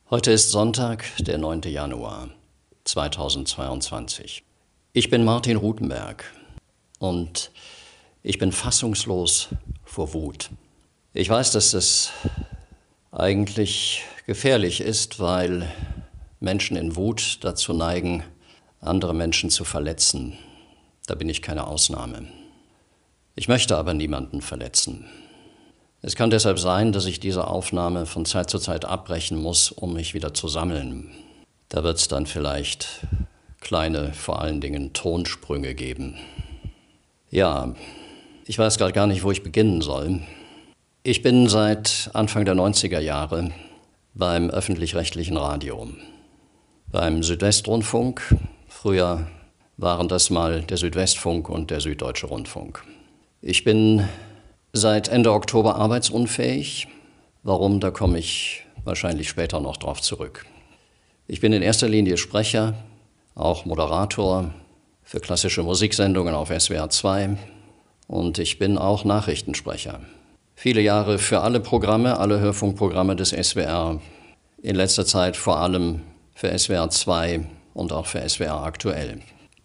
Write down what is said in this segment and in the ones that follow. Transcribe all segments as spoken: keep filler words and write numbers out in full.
Heute ist Sonntag, der neunte Januar zweitausendzweiundzwanzig. Ich bin Martin Rutenberg und ich bin fassungslos vor Wut. Ich weiß, dass das eigentlich gefährlich ist, weil Menschen in Wut dazu neigen, andere Menschen zu verletzen. Da bin ich keine Ausnahme. Ich möchte aber niemanden verletzen. Es kann deshalb sein, dass ich diese Aufnahme von Zeit zu Zeit abbrechen muss, um mich wieder zu sammeln. Da wird es dann vielleicht kleine, vor allen Dingen Tonsprünge geben. Ja, ich weiß gerade gar nicht, wo ich beginnen soll. Ich bin seit Anfang der neunziger Jahre beim öffentlich-rechtlichen Radio, beim Südwestrundfunk. Früher waren das mal der Südwestfunk und der Süddeutsche Rundfunk. Ich bin seit Ende Oktober arbeitsunfähig. Warum, da komme ich wahrscheinlich später noch drauf zurück. Ich bin in erster Linie Sprecher, auch Moderator für klassische Musiksendungen auf S W R zwei und ich bin auch Nachrichtensprecher. Viele Jahre für alle Programme, alle Hörfunkprogramme des S W R, in letzter Zeit vor allem für S W R zwei und auch für S W R aktuell.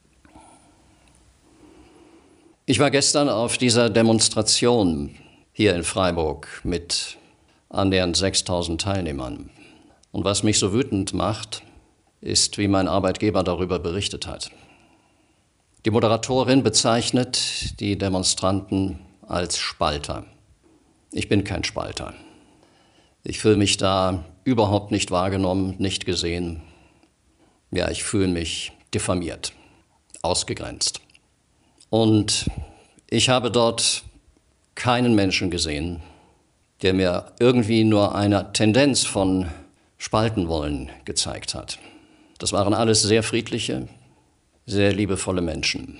Ich war gestern auf dieser Demonstration hier in Freiburg mit annähernd sechstausend Teilnehmern. Und was mich so wütend macht, ist, wie mein Arbeitgeber darüber berichtet hat. Die Moderatorin bezeichnet die Demonstranten als Spalter. Ich bin kein Spalter. Ich fühle mich da überhaupt nicht wahrgenommen, nicht gesehen. Ja, ich fühle mich diffamiert, ausgegrenzt. Und ich habe dort keinen Menschen gesehen, der mir irgendwie nur eine Tendenz von Spalten wollen gezeigt hat. Das waren alles sehr friedliche, sehr liebevolle Menschen.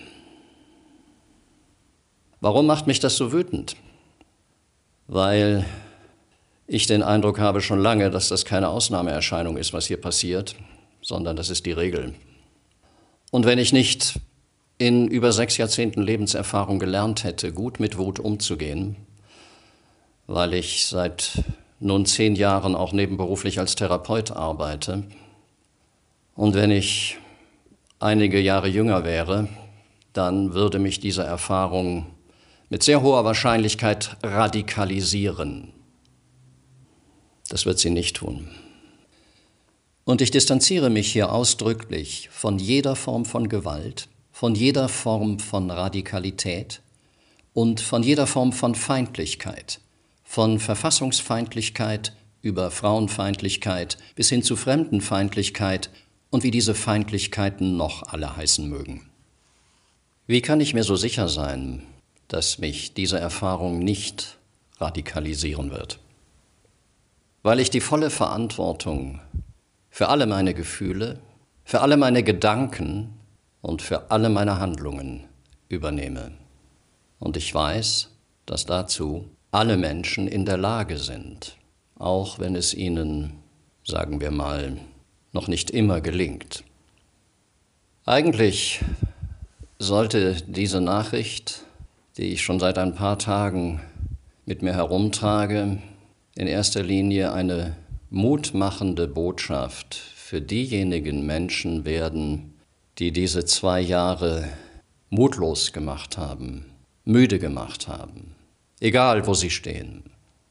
Warum macht mich das so wütend? Weil ich den Eindruck habe schon lange, dass das keine Ausnahmeerscheinung ist, was hier passiert, sondern das ist die Regel. Und wenn ich nicht in über sechs Jahrzehnten Lebenserfahrung gelernt hätte, gut mit Wut umzugehen, weil ich seit nun zehn Jahren auch nebenberuflich als Therapeut arbeite. Und wenn ich einige Jahre jünger wäre, dann würde mich diese Erfahrung mit sehr hoher Wahrscheinlichkeit radikalisieren. Das wird sie nicht tun. Und ich distanziere mich hier ausdrücklich von jeder Form von Gewalt, von jeder Form von Radikalität und von jeder Form von Feindlichkeit, von Verfassungsfeindlichkeit über Frauenfeindlichkeit bis hin zu Fremdenfeindlichkeit und wie diese Feindlichkeiten noch alle heißen mögen. Wie kann ich mir so sicher sein, dass mich diese Erfahrung nicht radikalisieren wird? Weil ich die volle Verantwortung für alle meine Gefühle, für alle meine Gedanken und für alle meine Handlungen übernehme. Und ich weiß, dass dazu alle Menschen in der Lage sind, auch wenn es ihnen, sagen wir mal, noch nicht immer gelingt. Eigentlich sollte diese Nachricht, die ich schon seit ein paar Tagen mit mir herumtrage, in erster Linie eine mutmachende Botschaft für diejenigen Menschen werden, die diese zwei Jahre mutlos gemacht haben, müde gemacht haben, egal wo sie stehen.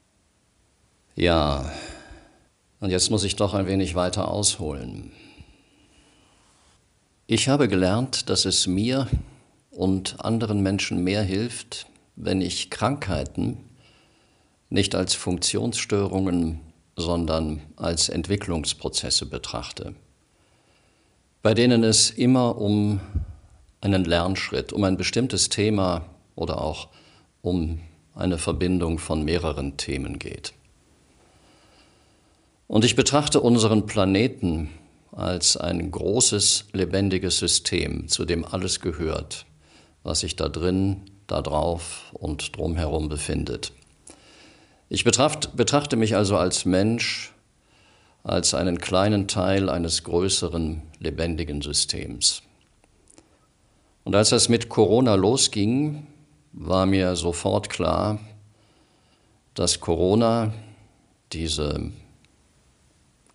Ja, und jetzt muss ich doch ein wenig weiter ausholen. Ich habe gelernt, dass es mir und anderen Menschen mehr hilft, wenn ich Krankheiten nicht als Funktionsstörungen, sondern als Entwicklungsprozesse betrachte, bei denen es immer um einen Lernschritt, um ein bestimmtes Thema oder auch um eine Verbindung von mehreren Themen geht. Und ich betrachte unseren Planeten als ein großes, lebendiges System, zu dem alles gehört, was sich da drin, da drauf und drumherum befindet. Ich betracht, betrachte mich also als Mensch, als einen kleinen Teil eines größeren, lebendigen Systems. Und als es mit Corona losging, war mir sofort klar, dass Corona, diese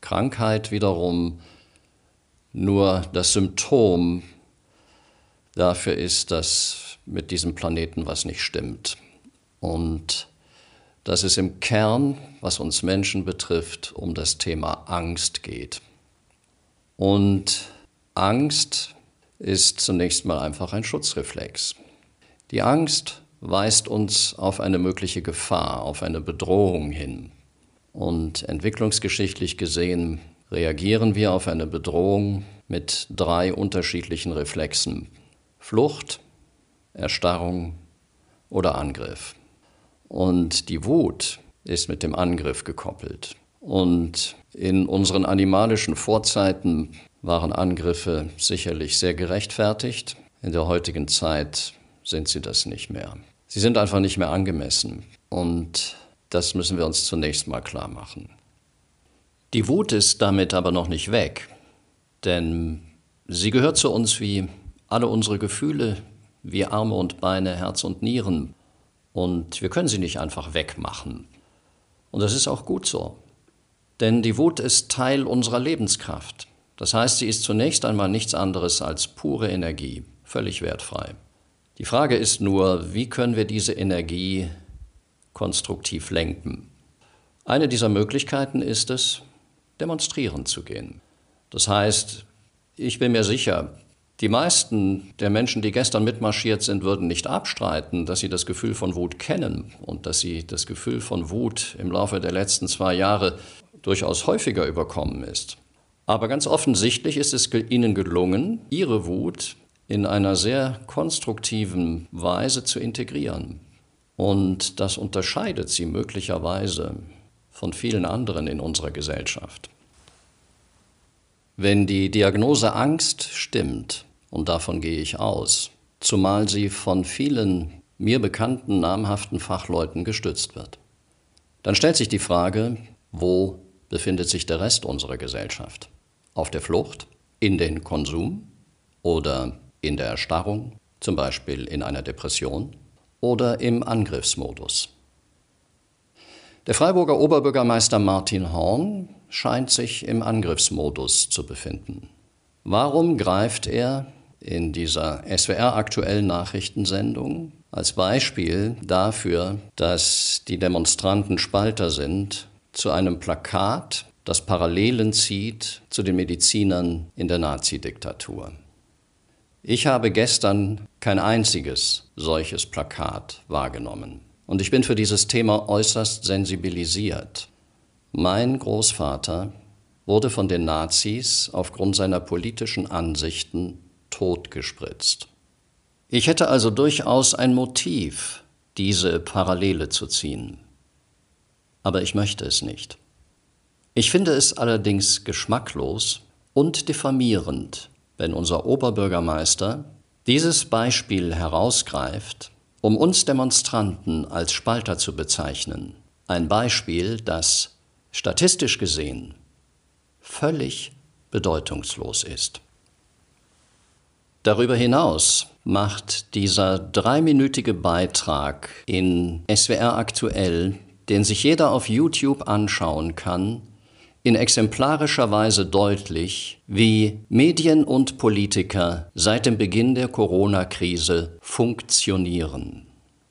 Krankheit wiederum nur das Symptom dafür ist, dass mit diesem Planeten was nicht stimmt. Und dass es im Kern, was uns Menschen betrifft, um das Thema Angst geht. Und Angst ist zunächst mal einfach ein Schutzreflex. Die Angst weist uns auf eine mögliche Gefahr, auf eine Bedrohung hin. Und entwicklungsgeschichtlich gesehen reagieren wir auf eine Bedrohung mit drei unterschiedlichen Reflexen: Flucht, Erstarrung oder Angriff. Und die Wut ist mit dem Angriff gekoppelt. Und in unseren animalischen Vorzeiten waren Angriffe sicherlich sehr gerechtfertigt. In der heutigen Zeit sind sie das nicht mehr. Sie sind einfach nicht mehr angemessen. Und das müssen wir uns zunächst mal klar machen. Die Wut ist damit aber noch nicht weg, denn sie gehört zu uns wie alle unsere Gefühle, wie Arme und Beine, Herz und Nieren. Und wir können sie nicht einfach wegmachen. Und das ist auch gut so. Denn die Wut ist Teil unserer Lebenskraft. Das heißt, sie ist zunächst einmal nichts anderes als pure Energie, völlig wertfrei. Die Frage ist nur, wie können wir diese Energie konstruktiv lenken? Eine dieser Möglichkeiten ist es, demonstrieren zu gehen. Das heißt, ich bin mir sicher, die meisten der Menschen, die gestern mitmarschiert sind, würden nicht abstreiten, dass sie das Gefühl von Wut kennen und dass sie das Gefühl von Wut im Laufe der letzten zwei Jahre durchaus häufiger überkommen ist. Aber ganz offensichtlich ist es ihnen gelungen, ihre Wut in einer sehr konstruktiven Weise zu integrieren. Und das unterscheidet sie möglicherweise von vielen anderen in unserer Gesellschaft. Wenn die Diagnose Angst stimmt, und davon gehe ich aus, zumal sie von vielen mir bekannten namhaften Fachleuten gestützt wird, dann stellt sich die Frage, wo befindet sich der Rest unserer Gesellschaft? Auf der Flucht, in den Konsum oder in der Erstarrung, zum Beispiel in einer Depression oder im Angriffsmodus? Der Freiburger Oberbürgermeister Martin Horn scheint sich im Angriffsmodus zu befinden. Warum greift er in dieser S W R-aktuellen Nachrichtensendung als Beispiel dafür, dass die Demonstranten Spalter sind, zu einem Plakat, das Parallelen zieht zu den Medizinern in der Nazidiktatur? Ich habe gestern kein einziges solches Plakat wahrgenommen. Und ich bin für dieses Thema äußerst sensibilisiert. Mein Großvater wurde von den Nazis aufgrund seiner politischen Ansichten totgespritzt. Ich hätte also durchaus ein Motiv, diese Parallele zu ziehen. Aber ich möchte es nicht. Ich finde es allerdings geschmacklos und diffamierend, wenn unser Oberbürgermeister dieses Beispiel herausgreift, um uns Demonstranten als Spalter zu bezeichnen. Ein Beispiel, das statistisch gesehen völlig bedeutungslos ist. Darüber hinaus macht dieser dreiminütige Beitrag in S W R aktuell, den sich jeder auf YouTube anschauen kann, in exemplarischer Weise deutlich, wie Medien und Politiker seit dem Beginn der Corona-Krise funktionieren.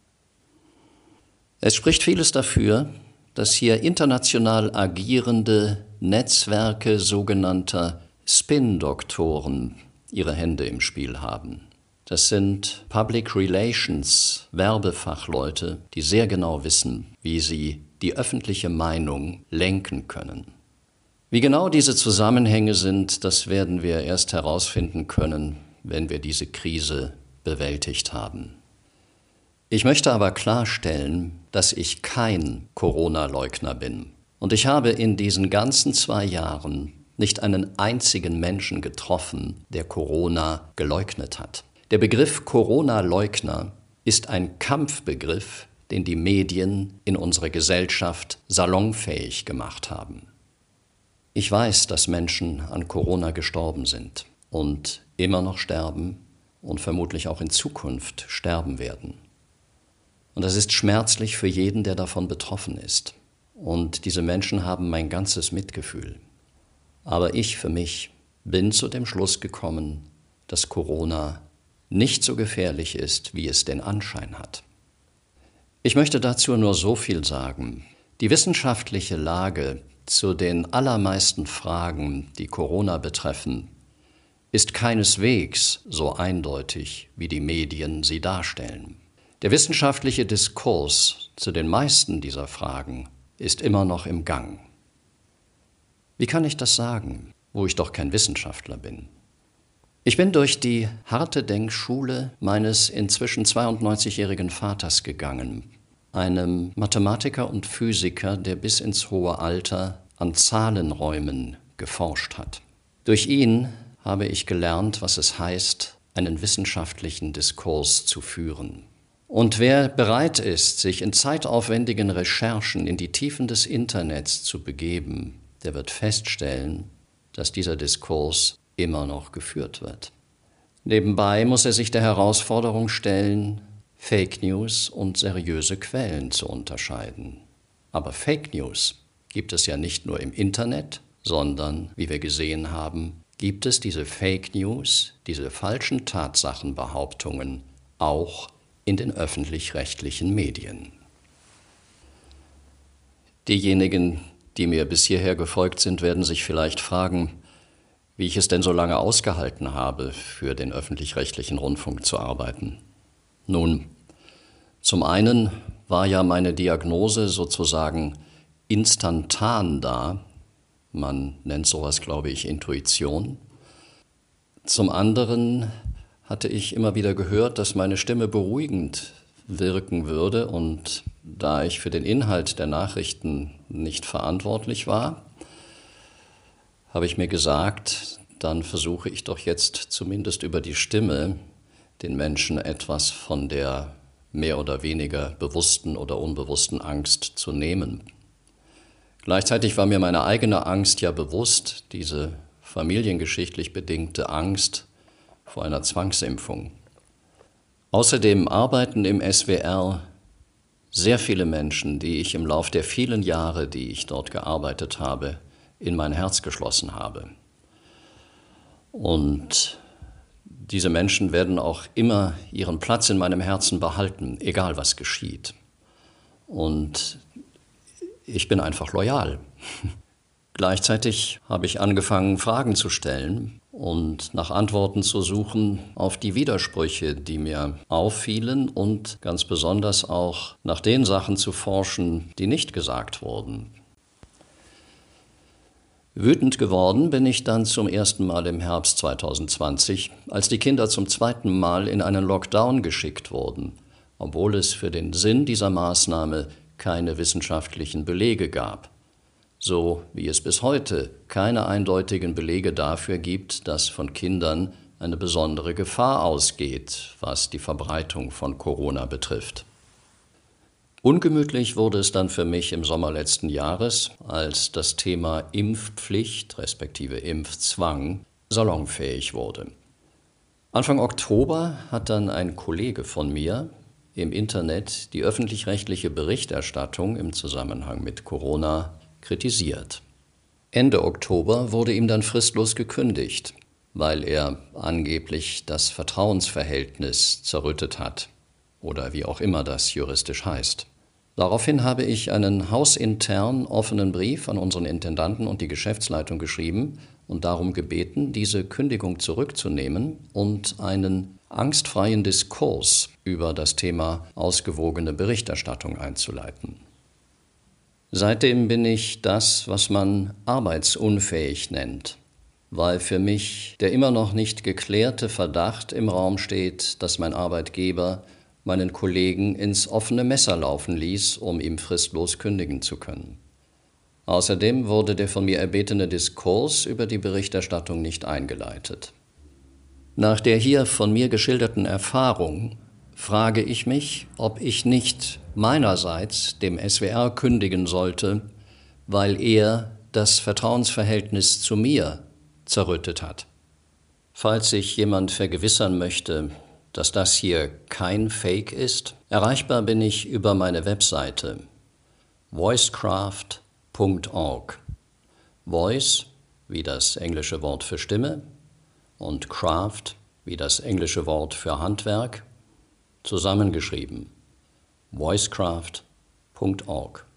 Es spricht vieles dafür, dass hier international agierende Netzwerke sogenannter Spin-Doktoren ihre Hände im Spiel haben. Das sind Public Relations Werbefachleute, die sehr genau wissen, wie sie die öffentliche Meinung lenken können. Wie genau diese Zusammenhänge sind, das werden wir erst herausfinden können, wenn wir diese Krise bewältigt haben. Ich möchte aber klarstellen, dass ich kein Corona-Leugner bin. Und ich habe in diesen ganzen zwei Jahren nicht einen einzigen Menschen getroffen, der Corona geleugnet hat. Der Begriff Corona-Leugner ist ein Kampfbegriff, den die Medien in unserer Gesellschaft salonfähig gemacht haben. Ich weiß, dass Menschen an Corona gestorben sind und immer noch sterben und vermutlich auch in Zukunft sterben werden. Und das ist schmerzlich für jeden, der davon betroffen ist. Und diese Menschen haben mein ganzes Mitgefühl. Aber ich für mich bin zu dem Schluss gekommen, dass Corona nicht so gefährlich ist, wie es den Anschein hat. Ich möchte dazu nur so viel sagen. Die wissenschaftliche Lage zu den allermeisten Fragen, die Corona betreffen, ist keineswegs so eindeutig, wie die Medien sie darstellen. Der wissenschaftliche Diskurs zu den meisten dieser Fragen ist immer noch im Gang. Wie kann ich das sagen, wo ich doch kein Wissenschaftler bin? Ich bin durch die harte Denkschule meines inzwischen zweiundneunzigjährigen Vaters gegangen, einem Mathematiker und Physiker, der bis ins hohe Alter an Zahlenräumen geforscht hat. Durch ihn habe ich gelernt, was es heißt, einen wissenschaftlichen Diskurs zu führen. Und wer bereit ist, sich in zeitaufwendigen Recherchen in die Tiefen des Internets zu begeben, der wird feststellen, dass dieser Diskurs immer noch geführt wird. Nebenbei muss er sich der Herausforderung stellen, Fake News und seriöse Quellen zu unterscheiden. Aber Fake News gibt es ja nicht nur im Internet, sondern, wie wir gesehen haben, gibt es diese Fake News, diese falschen Tatsachenbehauptungen auch in den öffentlich-rechtlichen Medien. Diejenigen, die mir bis hierher gefolgt sind, werden sich vielleicht fragen, wie ich es denn so lange ausgehalten habe, für den öffentlich-rechtlichen Rundfunk zu arbeiten. Nun, zum einen war ja meine Diagnose sozusagen instantan da. Man nennt sowas, glaube ich, Intuition. Zum anderen hatte ich immer wieder gehört, dass meine Stimme beruhigend wirken würde. Und da ich für den Inhalt der Nachrichten nicht verantwortlich war, habe ich mir gesagt, dann versuche ich doch jetzt zumindest über die Stimme den Menschen etwas von der mehr oder weniger bewussten oder unbewussten Angst zu nehmen. Gleichzeitig war mir meine eigene Angst ja bewusst, diese familiengeschichtlich bedingte Angst vor einer Zwangsimpfung. Außerdem arbeiten im S W R sehr viele Menschen, die ich im Lauf der vielen Jahre, die ich dort gearbeitet habe, in mein Herz geschlossen habe. Und diese Menschen werden auch immer ihren Platz in meinem Herzen behalten, egal was geschieht. Und ich bin einfach loyal. Gleichzeitig habe ich angefangen, Fragen zu stellen und nach Antworten zu suchen auf die Widersprüche, die mir auffielen und ganz besonders auch nach den Sachen zu forschen, die nicht gesagt wurden. Wütend geworden bin ich dann zum ersten Mal im Herbst zweitausendzwanzig, als die Kinder zum zweiten Mal in einen Lockdown geschickt wurden, obwohl es für den Sinn dieser Maßnahme keine wissenschaftlichen Belege gab. So wie es bis heute keine eindeutigen Belege dafür gibt, dass von Kindern eine besondere Gefahr ausgeht, was die Verbreitung von Corona betrifft. Ungemütlich wurde es dann für mich im Sommer letzten Jahres, als das Thema Impfpflicht respektive Impfzwang salonfähig wurde. Anfang Oktober hat dann ein Kollege von mir im Internet die öffentlich-rechtliche Berichterstattung im Zusammenhang mit Corona kritisiert. Ende Oktober wurde ihm dann fristlos gekündigt, weil er angeblich das Vertrauensverhältnis zerrüttet hat oder wie auch immer das juristisch heißt. Daraufhin habe ich einen hausintern offenen Brief an unseren Intendanten und die Geschäftsleitung geschrieben und darum gebeten, diese Kündigung zurückzunehmen und einen angstfreien Diskurs über das Thema ausgewogene Berichterstattung einzuleiten. Seitdem bin ich das, was man arbeitsunfähig nennt, weil für mich der immer noch nicht geklärte Verdacht im Raum steht, dass mein Arbeitgeber meinen Kollegen ins offene Messer laufen ließ, um ihm fristlos kündigen zu können. Außerdem wurde der von mir erbetene Diskurs über die Berichterstattung nicht eingeleitet. Nach der hier von mir geschilderten Erfahrung frage ich mich, ob ich nicht meinerseits dem S W R kündigen sollte, weil er das Vertrauensverhältnis zu mir zerrüttet hat. Falls sich jemand vergewissern möchte, dass das hier kein Fake ist, erreichbar bin ich über meine Webseite voicecraft punkt org. Voice wie das englische Wort für Stimme und Craft wie das englische Wort für Handwerk, zusammengeschrieben voicecraft punkt org.